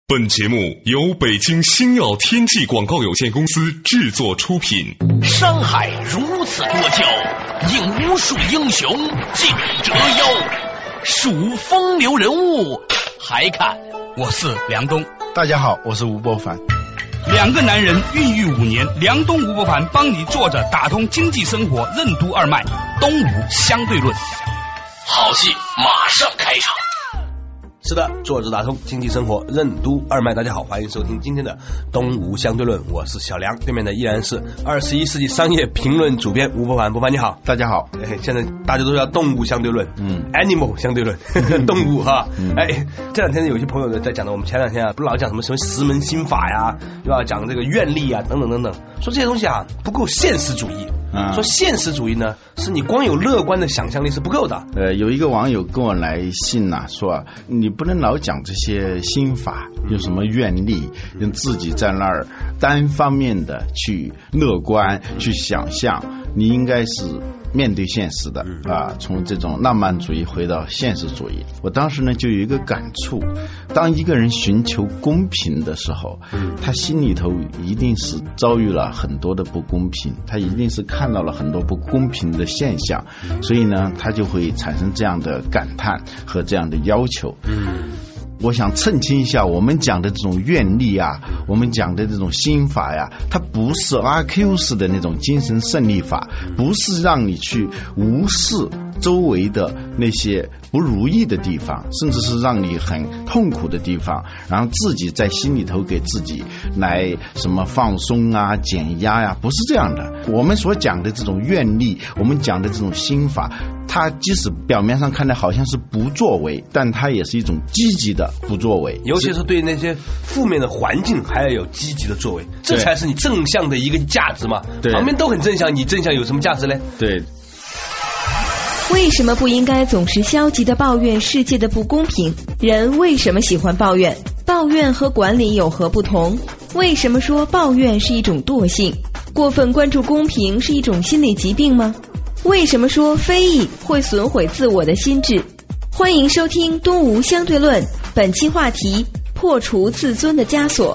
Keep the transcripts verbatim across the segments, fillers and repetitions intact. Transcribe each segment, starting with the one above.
本节目由北京星耀天际广告有限公司制作出品。 山海如此多娇，引无数英雄竞折腰。数风流人物，还看我是梁冬。 大家好，我是吴伯凡。 两个男人孕育五年，梁冬吴伯凡帮你坐着打通经济生活任督二脉，东吴相对论。 好戏马上开场。 是的，坐着打通经济生活任督二脉。大家好，欢迎收听今天的东吴相对论，我是小梁，对面的依然是二十一世纪商业评论主编吴伯凡。伯凡你好。 大家好。 哎，现在大家都叫动物相对论，嗯 ，animal 相对论，动物哈。嗯、哎，这两天有些朋友呢在讲的，我们前两天啊，不老讲什么什么十门心法呀，又要讲这个愿力啊，等等等等，说这些东西啊不够现实主义。嗯、说现实主义呢，是你光有乐观的想象力是不够的。 呃，有一个网友跟我来信呐、啊，说、啊、你不能老讲这些心法，有什么愿力，用自己在那儿单方面的去乐观、去想象，你应该是面对现实的啊，从这种浪漫主义回到现实主义。我当时呢就有一个感触，当一个人寻求公平的时候，他心里头一定是遭遇了很多的不公平，他一定是看到了很多不公平的现象，所以呢他就会产生这样的感叹和这样的要求。嗯，我想澄清一下，我们讲的这种愿力啊，我们讲的这种心法呀，它不是阿 Q 式的那种精神胜利法，不是让你去无视周围的那些不如意的地方，甚至是让你很痛苦的地方，然后自己在心里头给自己来什么放松啊、减压呀、啊，不是这样的。我们所讲的这种愿力，我们讲的这种心法，它即使表面上看来好像是不作为，但它也是一种积极的不作为， 尤其是对那些负面的环境还要有积极的作为，这才是你正向的一个价值嘛。对，旁边都很正向，你正向有什么价值呢？ 对。 为什么不应该总是消极的抱怨世界的不公平？人为什么喜欢抱怨？抱怨和管理有何不同？为什么说抱怨是一种惰性？过分关注公平是一种心理疾病吗？为什么说非议会损毁自我的心智？欢迎收听东吴相对论，本期话题：破除自尊的枷锁。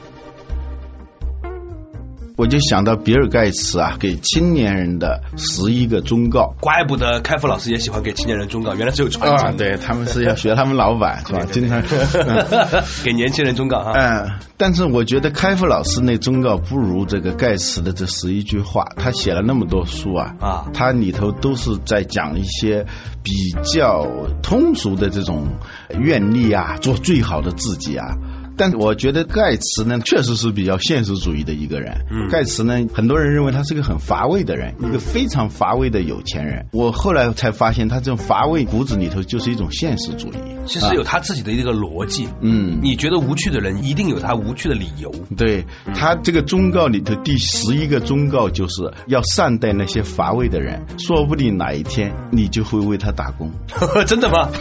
我就想到比尔盖茨啊，给青年人的十一个忠告。 怪不得开复老师也喜欢给青年人忠告，原来是有传承、 啊。对，他们是要学他们老板是吧？经常给年轻人忠告啊。 嗯，但是我觉得开复老师那忠告不如这个盖茨的这十一句话。他写了那么多书啊，啊，他里头都是在讲一些比较通俗的这种愿力啊，做最好的自己啊。但我觉得盖茨呢，确实是比较现实主义的一个人。嗯，盖茨呢，很多人认为他是个很乏味的人，一个非常乏味的有钱人。我后来才发现，他这种乏味骨子里头就是一种现实主义。 其实有他自己的一个逻辑。嗯，你觉得无趣的人，一定有他无趣的理由。 对，他这个忠告里头第十一个忠告就是要善待那些乏味的人，说不定哪一天你就会为他打工。 真的吗？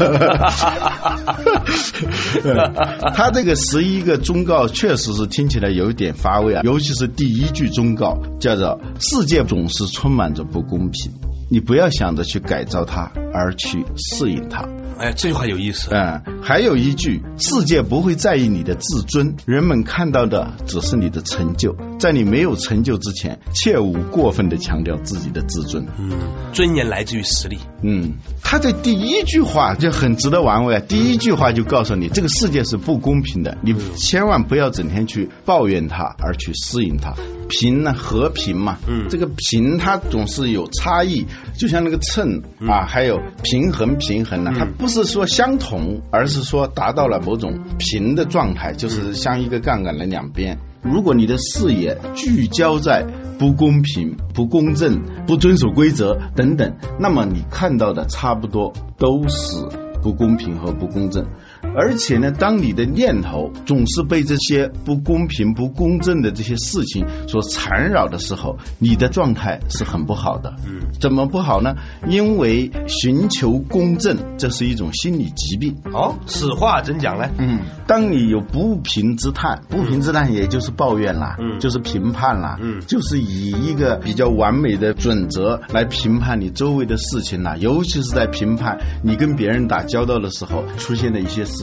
他这个十一个忠告确实是听起来有一点乏味啊，尤其是第一句忠告叫做世界总是充满着不公平，你不要想着去改造它而去适应它。 哎，这句话有意思。 嗯，还有一句，世界不会在意你的自尊，人们看到的只是你的成就，在你没有成就之前，切勿过分的强调自己的自尊。 嗯，尊严来自于实力。 嗯，他的第一句话就很值得玩味啊！第一句话就告诉你，这个世界是不公平的，你千万不要整天去抱怨它，而去适应它。平呢，和平嘛，嗯，这个平它总是有差异，就像那个秤啊，还有平衡平衡呢、啊，它不是说相同，而是说达到了某种平的状态，就是像一个杠杆的两边。如果你的视野聚焦在不公平、不公正、不遵守规则等等，那么你看到的差不多都是不公平和不公正。而且呢，当你的念头总是被这些不公平不公正的这些事情所缠绕的时候，你的状态是很不好的。嗯，怎么不好呢？因为寻求公正，这是一种心理疾病。 哦，此话怎讲呢？ 嗯，当你有不平之叹，不平之叹也就是抱怨啦，嗯，就是评判啦，嗯，就是以一个比较完美的准则来评判你周围的事情啦，尤其是在评判你跟别人打交道的时候出现的一些事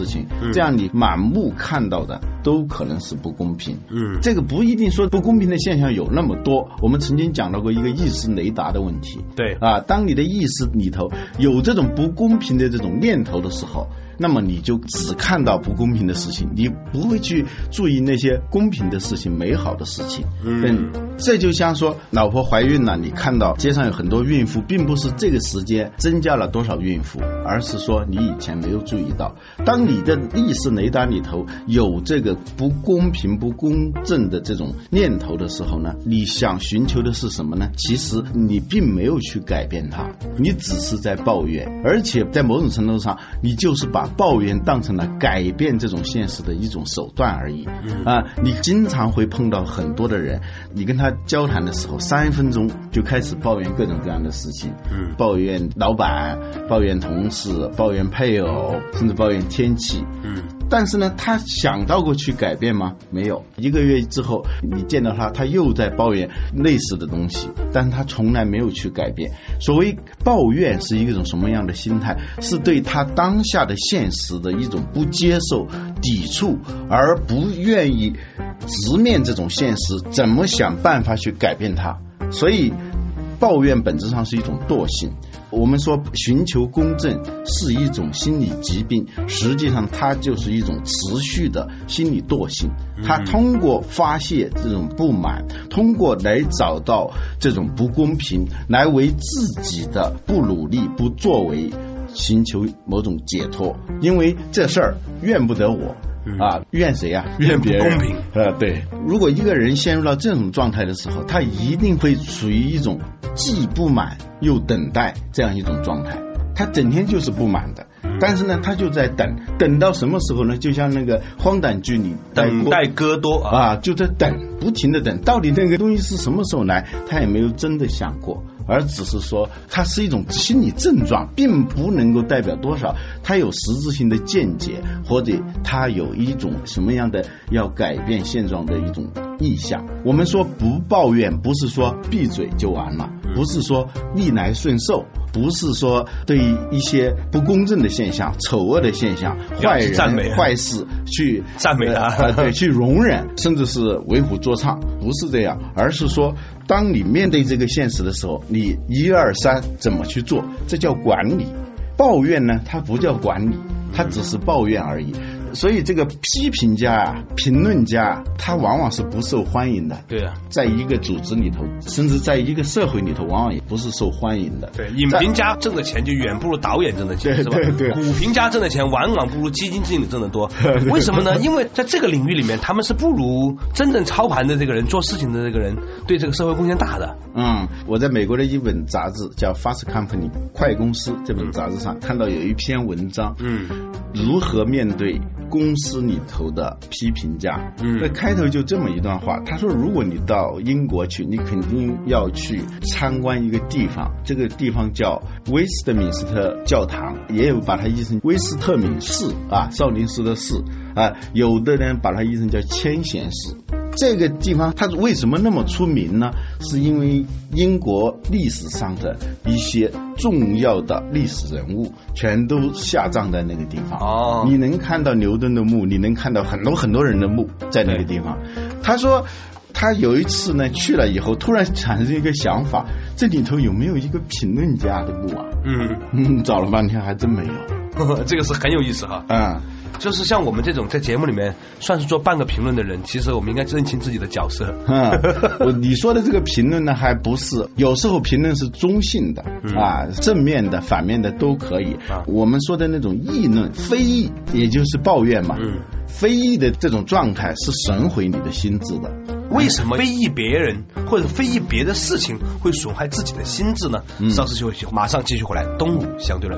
事情，这样你满目看到的都可能是不公平。 嗯， 这个不一定说不公平的现象有那么多。我们曾经讲到过一个意识雷达的问题。 对啊，当你的意识里头有这种不公平的这种念头的时候，那么你就只看到不公平的事情，你不会去注意那些公平的事情、美好的事情。嗯，这就像说老婆怀孕了，你看到街上有很多孕妇，并不是这个时间增加了多少孕妇，而是说你以前没有注意到。当你的意识雷达里头有这个不公平、不公正的这种念头的时候呢，你想寻求的是什么呢？其实你并没有去改变它，你只是在抱怨，而且在某种程度上，你就是把抱怨当成了改变这种现实的一种手段而已。啊，你经常会碰到很多的人，你跟他交谈的时候，三分钟就开始抱怨各种各样的事情，嗯，抱怨老板，抱怨同事，抱怨配偶，甚至抱怨天气。嗯，但是呢，他想到过去改变吗？没有。一个月之后，你见到他，他又在抱怨类似的东西，但是他从来没有去改变。所谓抱怨是一种什么样的心态？是对他当下的现实的一种不接受、抵触，而不愿意直面这种现实，怎么想办法去改变它。所以抱怨本质上是一种惰性。我们说寻求公正是一种心理疾病，实际上它就是一种持续的心理惰性。它通过发泄这种不满，通过来找到这种不公平，来为自己的不努力、不作为寻求某种解脱。因为这事儿怨不得我啊，怨谁啊？怨别人。 公平啊，对。如果一个人陷入到这种状态的时候，他一定会处于一种既不满又等待这样一种状态。他整天就是不满的，但是呢，他就在等，等到什么时候呢？就像那个荒诞剧里等待戈多啊，就在等，不停的等，到底那个东西是什么时候来，他也没有真的想过，而只是说它是一种心理症状，并不能够代表多少他有实质性的见解，或者他有一种什么样的要改变现状的一种意向。我们说不抱怨，不是说闭嘴就完了，不是说逆来顺受，不是说对一些不公正的现象、丑恶的现象、坏人、坏事去赞美他， 呃，对，去容忍，甚至是为虎作伥，不是这样，而是说，当你面对这个现实的时候，你一二三怎么去做，这叫管理。抱怨呢，它不叫管理，它只是抱怨而已。所以这个批评家啊、评论家，他往往是不受欢迎的。 对啊， 在一个组织里头，甚至在一个社会里头，往往也不是受欢迎的。 对，影评家挣的钱就远不如导演挣的钱，是吧？ 对对对。 股评家挣的钱往往不如基金经理挣的多。为什么呢？因为在这个领域里面，他们是不如真正操盘的这个人、做事情的这个人对这个社会贡献大的。 嗯，我在美国的一本杂志叫《Fast Company》快公司这本杂志上看到有一篇文章，嗯，如何面对公司里头的批评家。嗯，那开头就这么一段话，他说：如果你到英国去，你肯定要去参观一个地方，这个地方叫威斯特敏斯特教堂，也有把它译成威斯特敏寺啊，少林寺的寺啊，有的人把它译成叫千贤寺。这个地方它为什么那么出名呢？是因为英国历史上的一些重要的历史人物全都下葬在那个地方。哦，你能看到牛顿的墓，你能看到很多很多人的墓在那个地方。他说他有一次呢去了以后，突然产生一个想法，这里头有没有一个评论家的墓啊？嗯嗯，找了半天还真没有。 这个是很有意思哈。嗯。就是像我们这种在节目里面算是做半个评论的人，其实我们应该认清自己的角色。 嗯，你说的这个评论呢，还不是，有时候评论是中性的、嗯、啊，正面的、反面的都可以。啊、我们说的那种议论、非议，也就是抱怨嘛。嗯，非议的这种状态是损毁你的心智的。 为什么非议别人或者非议别的事情会损害自己的心智呢？嗯、稍事休息，马上继续回来。东吴相对论。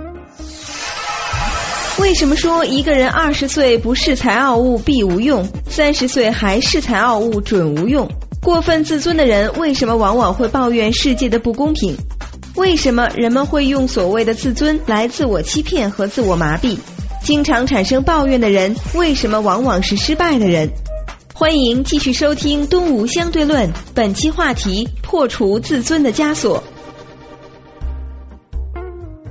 为什么说一个人二十岁不恃才傲物必无用，三十岁还恃才傲物准无用？过分自尊的人为什么往往会抱怨世界的不公平？为什么人们会用所谓的自尊来自我欺骗和自我麻痹？经常产生抱怨的人为什么往往是失败的人？欢迎继续收听东吴相对论，本期话题：破除自尊的枷锁。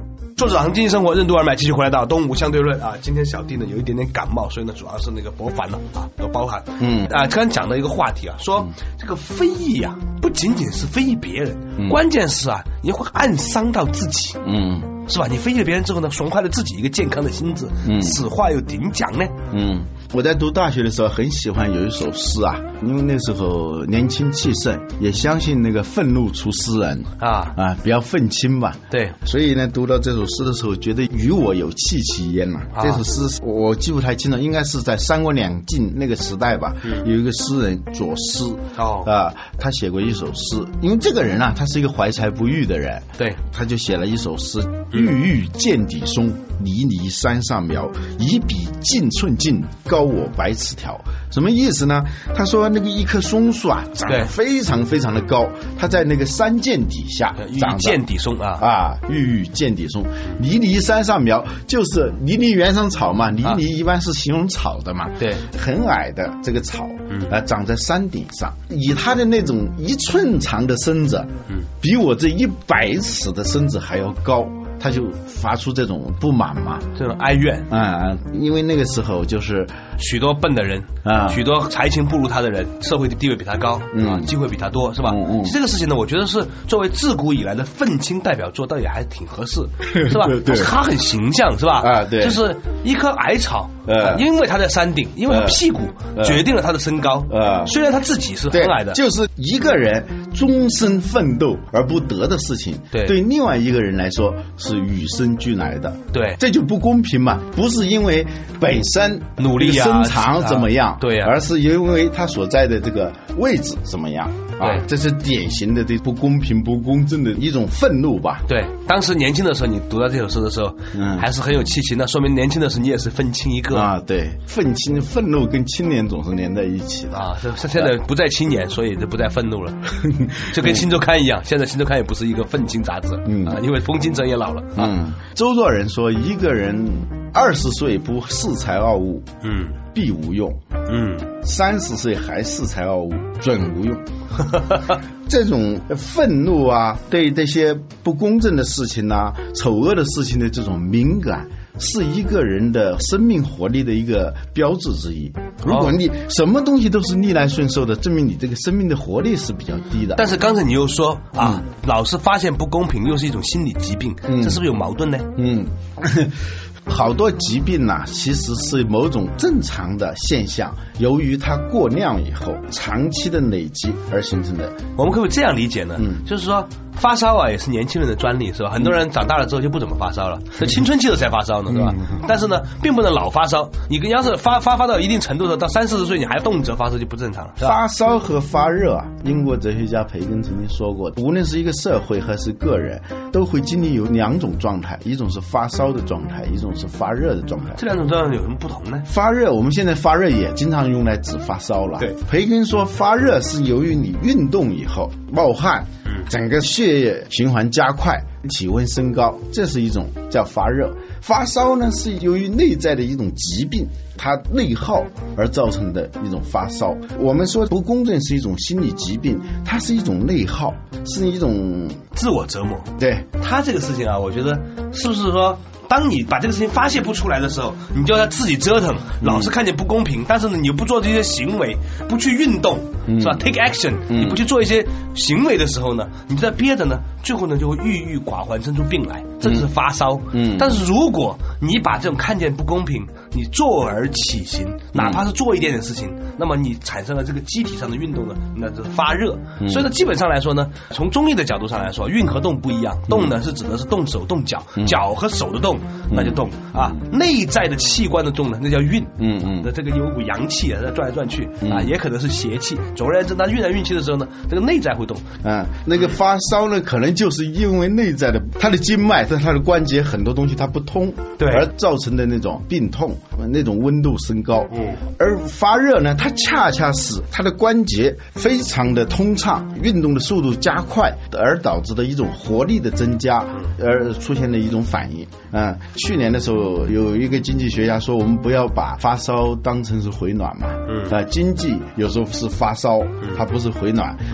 作者行经济生活任督二脉，继续回来到东吴相对论啊。今天小弟呢有一点点感冒，所以呢主要是那个博烦了啊，有包含。嗯啊，刚刚讲的一个话题啊，说、嗯、这个非议啊，不仅仅是非议别人，嗯、关键是啊，你会暗伤到自己。嗯。是吧？你非议了别人之后呢，损坏了自己一个健康的心智。嗯，此话又顶讲呢。 嗯，我在读大学的时候很喜欢有一首诗啊，因为那时候年轻气盛，也相信那个愤怒出诗人啊啊，比较愤青吧。 对， 所以呢，读到这首诗的时候，觉得与我有戚戚焉嘛。啊、这首诗我记不太清了，应该是在三国两晋那个时代吧。嗯、有一个诗人左思哦啊，他写过一首诗，因为这个人啊，他是一个怀才不遇的人， 对， 他就写了一首诗。郁郁见底松，离离山上苗。以彼近寸近，高我百尺条。什么意思呢？他说那个一棵松树啊，长得非常非常的高，它在那个山涧底下长见底松啊啊，郁郁见底松，离离山上苗，就是离离原上草嘛，离离一般是形容草的嘛， 对、啊， 很矮的这个草，嗯，啊，长在山顶上，以它的那种一寸长的身子，嗯，比我这一百尺的身子还要高。他就发出这种不满嘛， 这种哀怨啊、嗯，因为那个时候就是许多笨的人啊，许多才情不如他的人，社会的地位比他高，嗯，啊、机会比他多，是吧？嗯嗯。这个事情呢，我觉得是作为自古以来的愤青代表作，倒也还挺合适，是吧？ 对对。 他很形象，是吧？ 啊，对。 就是一棵矮草，呃，因为他在山顶，因为他屁股决定了他的身高，呃，虽然他自己是很矮的， 就是一个人终身奋斗而不得的事情， 对， 对另外一个人来说是与生俱来的， 对， 这就不公平嘛，不是因为本身努力啊、 身长怎么样， 对呀、啊， 而是因为他所在的这个位置怎么样，啊，这是典型的对不公平、不公正的一种愤怒吧？ 对，当时年轻的时候，你读到这首诗的时候，嗯，还是很有气情的，说明年轻的时候你也是愤青一个啊。对，愤青、愤怒跟青年总是连在一起的啊。现在不再青年，所以就不再愤怒了，就跟《新周刊》一样，现在《新周刊》也不是一个愤青杂志，嗯啊，因为风清晨也老了， 嗯。周作人说，一个人二十岁不恃才傲物，嗯，必无用，嗯，三十岁还恃才傲物，准无用。这种愤怒啊，对这些不公正的事情啊、丑恶的事情的这种敏感，是一个人的生命活力的一个标志之一。如果你什么东西都是逆来顺受的，证明你这个生命的活力是比较低的。 但是刚才你又说啊，嗯、老是发现不公平，又是一种心理疾病，嗯、这是不是有矛盾呢？嗯。 好多疾病呐、啊，其实是某种正常的现象，由于它过量以后，长期的累积而形成的。 我们可不可以这样理解呢？嗯，就是说发烧啊，也是年轻人的专利，是吧？很多人长大了之后就不怎么发烧了，在、嗯、青春期的才发烧呢，是吧？嗯、但是呢，并不能老发烧。你跟要是发发发到一定程度的，到三四十岁你还动辄发烧就不正常了。 发烧和发热啊，英国哲学家培根曾经说过，无论是一个社会还是个人，都会经历有两种状态，一种是发烧的状态，一种是发热的状态。 这两种状态有什么不同呢？ 发热，我们现在发热也经常用来指发烧了。 对， 培根说发热是由于你运动以后冒汗，嗯，整个血液循环加快，体温升高，这是一种叫发热。发烧呢是由于内在的一种疾病，它内耗而造成的一种发烧。我们说不公正是一种心理疾病，它是一种内耗，是一种自我折磨。 对， 他这个事情啊，我觉得是不是说，当你把这个事情发泄不出来的时候，你就要自己折腾，老是看见不公平，但是呢，你又不做这些行为，不去运动，嗯、是吧 ？Take action，、嗯、你不去做一些行为的时候呢，你在憋着呢，最后呢就会郁郁寡欢，生出病来，这就是发烧。嗯，但是如果你把这种看见不公平，你坐而起行，哪怕是做一点点事情，嗯、那么你产生了这个机体上的运动呢，那就是发热。嗯、所以呢，基本上来说呢，从中医的角度上来说，运和动不一样，动呢是指的是动手动脚，嗯、脚和手的动。那就动啊，内在的器官的动呢，那叫运。嗯嗯，那这个有股阳气啊，在转来转去啊，也可能是邪气。总而言之，它运来运去的时候呢，这个内在会动。 嗯，那个发烧呢，可能就是因为内在的它的经脉、它的关节很多东西它不通， 对， 而造成的那种病痛，那种温度升高。嗯，而发热呢，它恰恰是它的关节非常的通畅，运动的速度加快，而导致的一种活力的增加，而出现的一种反应。嗯，去年的时候有一个经济学家说，我们不要把发烧当成是回暖嘛。嗯，啊，经济有时候是发烧，它不是回暖。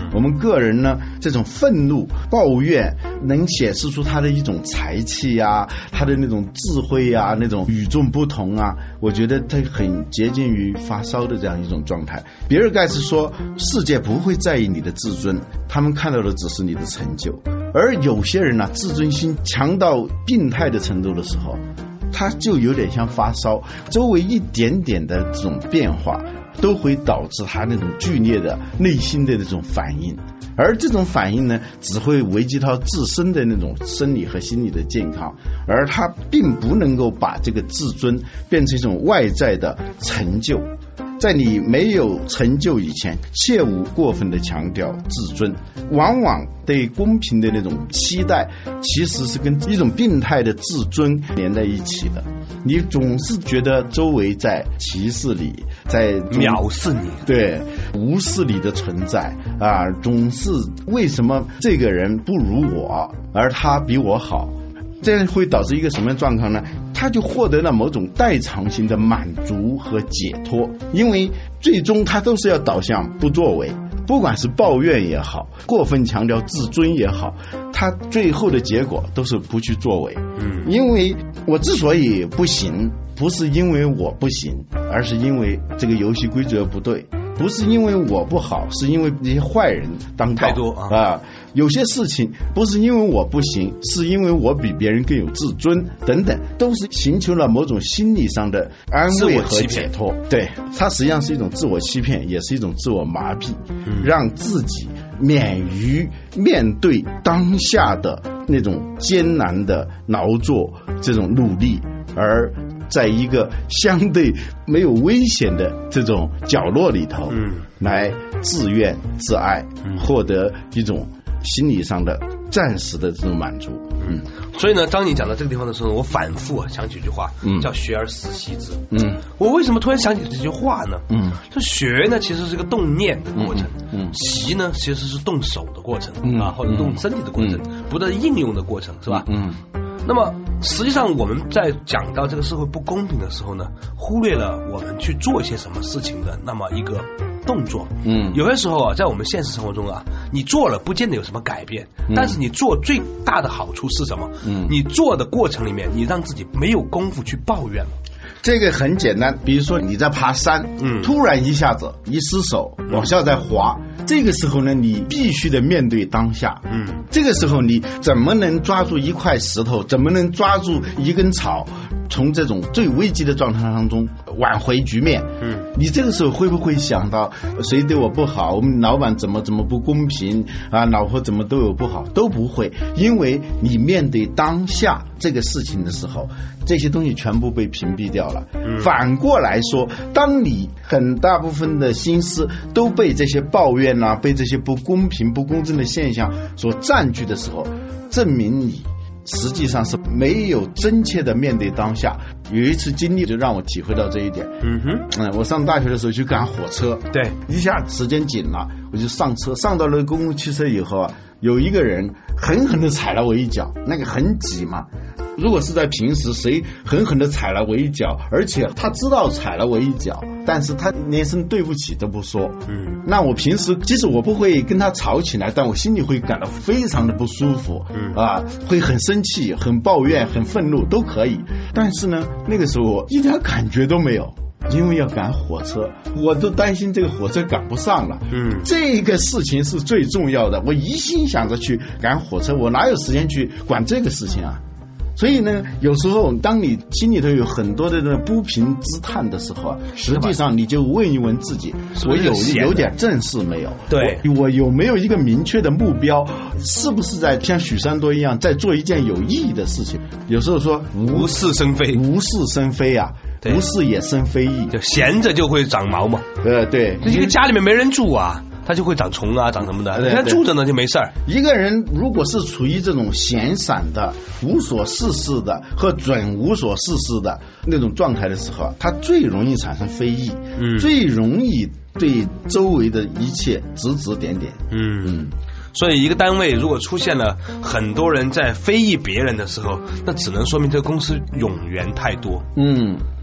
我们个人呢，这种愤怒、抱怨，能显示出他的一种才气啊，他的那种智慧啊，那种与众不同啊，我觉得他很接近于发烧的这样一种状态。比尔盖茨说，世界不会在意你的自尊，他们看到的只是你的成就。而有些人呢、啊，自尊心强到病态的程度的时候，他就有点像发烧，周围一点点的这种变化都会导致他那种剧烈的内心的那种反应，而这种反应呢，只会危及到自身的那种生理和心理的健康，而他并不能够把这个自尊变成一种外在的成就。在你没有成就以前，切勿过分的强调自尊，往往对公平的那种期待其实是跟一种病态的自尊连在一起的。你总是觉得周围在歧视你，在藐视你， 对，无视你的存在啊，总是为什么这个人不如我，而他比我好，这样会导致一个什么状况呢？他就获得了某种代偿性的满足和解脱，因为最终他都是要导向不作为，不管是抱怨也好，过分强调自尊也好，他最后的结果都是不去作为。嗯，因为我之所以不行，不是因为我不行，而是因为这个游戏规则不对。不是因为我不好，是因为这些坏人当道太多啊、 呃！有些事情不是因为我不行，是因为我比别人更有自尊，等等，都是寻求了某种心理上的安慰和解脱。对，它实际上是一种自我欺骗，也是一种自我麻痹，嗯、让自己免于面对当下的那种艰难的劳作，这种努力，而在一个相对没有危险的这种角落里头，嗯，来自怨自艾，嗯，获得一种心理上的暂时的这种满足。嗯， 所以呢，当你讲到这个地方的时候，我反复啊想起一句话，嗯，叫学而时习之。 嗯， 我为什么突然想起这句话呢？嗯，就学呢其实是个动念的过程， 嗯，嗯习呢其实是动手的过程，嗯啊，或者动身体的过程，嗯、不断应用的过程，是吧？嗯。那么实际上我们在讲到这个社会不公平的时候呢，忽略了我们去做一些什么事情的那么一个动作。嗯，有些时候啊，在我们现实生活中啊，你做了不见得有什么改变，嗯、但是你做最大的好处是什么？嗯，你做的过程里面，你让自己没有功夫去抱怨了。 这个很简单，比如说你在爬山，嗯，突然一下子一失手往下在滑，嗯、这个时候呢，你必须得面对当下，嗯，这个时候你怎么能抓住一块石头，怎么能抓住一根草，从这种最危急的状态当中挽回局面？嗯，你这个时候会不会想到谁对我不好，我们老板怎么怎么不公平啊，老婆怎么都有不好？都不会，因为你面对当下这个事情的时候，这些东西全部被屏蔽掉了。嗯、反过来说，当你很大部分的心思都被这些抱怨啊，被这些不公平不公正的现象所占据的时候，证明你实际上是没有真切的面对当下。有一次经历就让我体会到这一点。嗯哼，嗯，我上大学的时候去赶火车， 对， 一下时间紧了，我就上车，上到了公共汽车以后啊，有一个人狠狠的踩了我一脚，那个很挤嘛。如果是在平时，谁狠狠的踩了我一脚，而且他知道踩了我一脚，但是他连声对不起都不说，嗯，那我平时即使我不会跟他吵起来，但我心里会感到非常的不舒服，嗯啊，会很生气、很抱怨、很愤怒都可以。但是呢，那个时候我一点感觉都没有。因为要赶火车，我都担心这个火车赶不上了。嗯，这个事情是最重要的，我一心想着去赶火车，我哪有时间去管这个事情啊？所以呢，有时候当你心里头有很多的不平之叹的时候啊，实际上你就问一问自己，我有有点正事没有？ 对， 我, 我有没有一个明确的目标？是不是在像许三多一样在做一件有意义的事情？有时候说无事生非， 无事生非啊。无事也生非议， 就闲着就会长毛嘛。 呃，对， 这个家里面没人住啊，它就会长虫啊，长什么的。人家住着呢就没事儿。 一个人如果是处于这种闲散的、无所事事的和准无所事事的那种状态的时候，他最容易产生非议，嗯，最容易对周围的一切指指点点， 嗯嗯。所以一个单位如果出现了很多人在非议别人的时候，那只能说明这个公司冗员太多。嗯，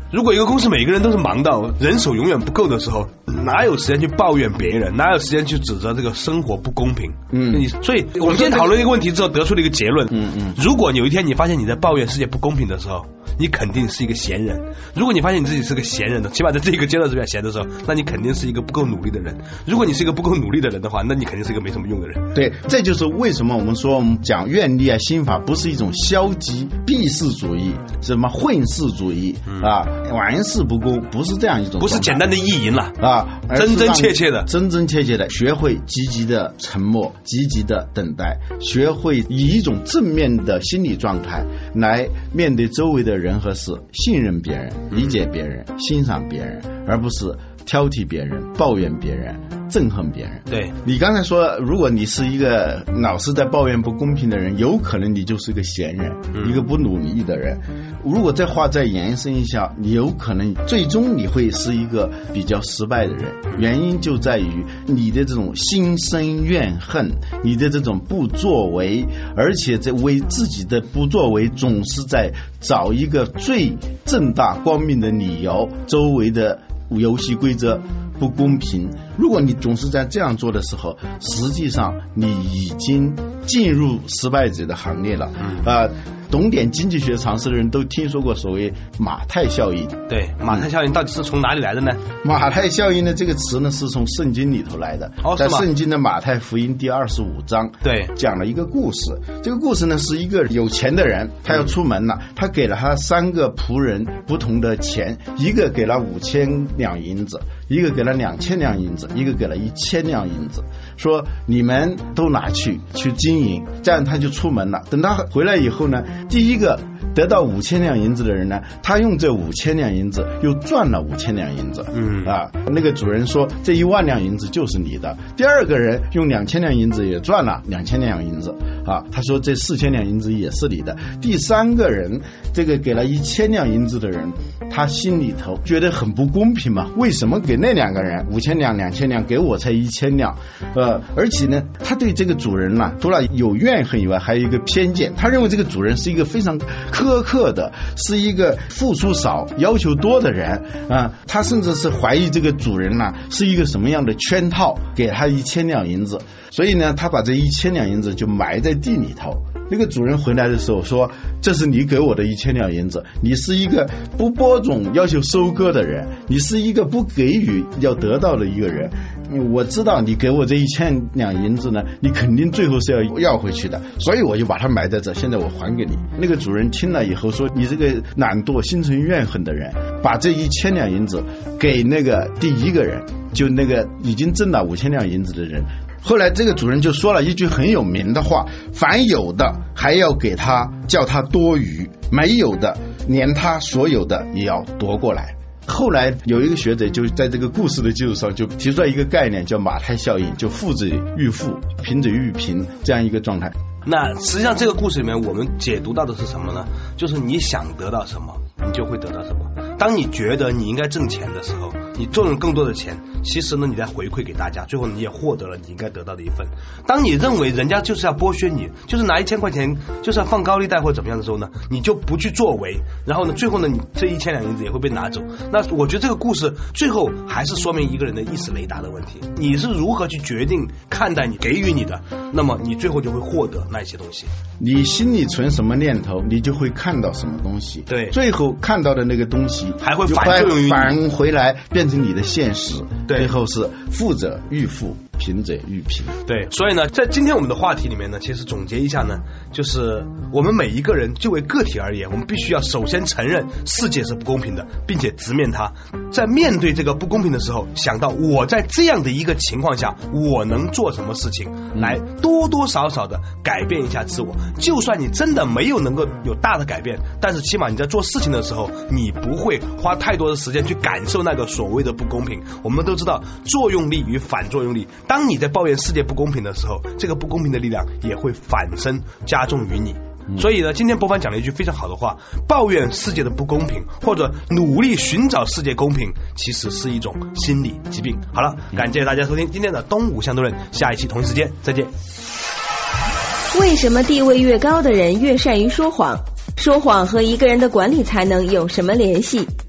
如果一个公司每个人都是忙到人手永远不够的时候，哪有时间去抱怨别人，哪有时间去指责这个生活不公平？嗯，你所以我们今天讨论一个问题之后得出了一个结论。嗯嗯，如果有一天你发现你在抱怨世界不公平的时候，你肯定是一个闲人。如果你发现你自己是个闲人的，起码在这个阶段是比较闲的时候，那你肯定是一个不够努力的人。如果你是一个不够努力的人的话，那你肯定是一个没什么用的人。 对，这就是为什么我们说我们讲愿力啊、心法不是一种消极避世主义，什么混世主义、嗯、啊，玩世不恭，不是这样一种， 不是简单的意淫了啊， 真真切切的， 真真切切的学会积极的沉默，积极的等待，学会以一种正面的心理状态来面对周围的人和事，信任别人，理解别人，嗯、欣赏别人，而不是挑剔别人，抱怨别人，憎恨别人。 对， 你刚才说，如果你是一个老是在抱怨不公平的人，有可能你就是个闲人、嗯、一个不努力的人。如果这话再延伸一下，你有可能最终你会是一个比较失败的人，原因就在于你的这种心生怨恨，你的这种不作为，而且在为自己的不作为总是在找一个最正大光明的理由，周围的游戏规则不公平。如果你总是在这样做的时候，实际上你已经进入失败者的行列了。嗯、呃，懂点经济学常识的人都听说过所谓马太效应。 对，马太效应到底是从哪里来的呢？ 马太效应的这个词呢，是从圣经里头来的。哦，在圣经的马太福音第二十五章， 对， 讲了一个故事。这个故事呢，是一个有钱的人，他要出门了，嗯、他给了他三个仆人不同的钱，一个给了五千两银子，一个给了两千两银子，一个给了一千两银子，说你们都拿去去经营，这样他就出门了。等他回来以后呢，第一个得到五千两银子的人呢，他用这五千两银子又赚了五千两银子。嗯啊，那个主人说这一万两银子就是你的。第二个人用两千两银子也赚了两千两银子啊，他说这四千两银子也是你的。第三个人，这个给了一千两银子的人，他心里头觉得很不公平嘛，为什么给那两个人五千两两千两，给我才一千两？呃，而且呢，他对这个主人呢、啊，除了有怨恨以外，还有一个偏见，他认为这个主人是一个非常苛刻的，是一个付出少要求多的人啊、呃，他甚至是怀疑这个主人呢、啊、是一个什么样的圈套，给他一千两银子，所以呢，他把这一千两银子就埋在地里头。那个主人回来的时候说，这是你给我的一千两银子，你是一个不播种要求收割的人，你是一个不给予要得到的一个人，我知道你给我这一千两银子呢，你肯定最后是要要回去的，所以我就把它埋在这，现在我还给你。那个主人听了以后说，你这个懒惰心存怨恨的人，把这一千两银子给那个第一个人，就那个已经挣了五千两银子的人。后来这个主人就说了一句很有名的话，凡有的还要给他，叫他多余，没有的连他所有的也要夺过来。后来有一个学者就在这个故事的基础上就提出来一个概念，叫马太效应，就富者愈富，贫者愈贫，这样一个状态。 那实际上这个故事里面我们解读到的是什么呢？就是你想得到什么你就会得到什么。当你觉得你应该挣钱的时候，你挣了更多的钱，其实呢你在回馈给大家，最后你也获得了你应该得到的一份。当你认为人家就是要剥削你，就是拿一千块钱就是要放高利贷或者怎么样的时候呢，你就不去作为，然后呢最后呢你这一千两银子也会被拿走。那我觉得这个故事最后还是说明一个人的意识雷达的问题，你是如何去决定看待你给予你的，那么你最后就会获得那些东西。 你心里存什么念头，你就会看到什么东西。 对， 最后看到的那个东西还会反作用于你， 反回来变成你的现实。 对， 最后是富者愈富，贫者愈贫。 对，所以呢，在今天我们的话题里面呢，其实总结一下呢，就是我们每一个人就为个体而言，我们必须要首先承认世界是不公平的，并且直面它。在面对这个不公平的时候，想到我在这样的一个情况下，我能做什么事情来多多少少的改变一下自我。就算你真的没有能够有大的改变，但是起码你在做事情的时候，你不会花太多的时间去感受那个所谓的不公平。我们都知道作用力与反作用力，当你在抱怨世界不公平的时候，这个不公平的力量也会反身加重于你。所以呢，今天博凡讲了一句非常好的话，抱怨世界的不公平或者努力寻找世界公平，其实是一种心理疾病。好了，感谢大家收听今天的东吴相对论，下一期同一时间再见。 为什么地位越高的人越善于说谎？说谎和一个人的管理才能有什么联系？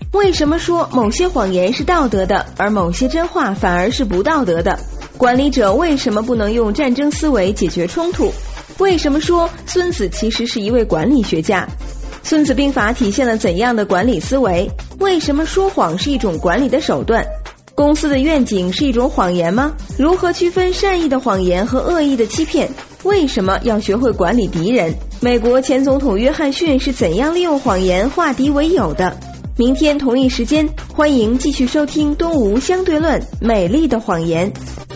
为什么说某些谎言是道德的，而某些真话反而是不道德的？管理者为什么不能用战争思维解决冲突？为什么说孙子其实是一位管理学家？孙子兵法体现了怎样的管理思维？为什么说谎是一种管理的手段？公司的愿景是一种谎言吗？如何区分善意的谎言和恶意的欺骗？为什么要学会管理敌人？美国前总统约翰逊是怎样利用谎言化敌为友的？明天同一时间，欢迎继续收听《东吴相对论》，美丽的谎言。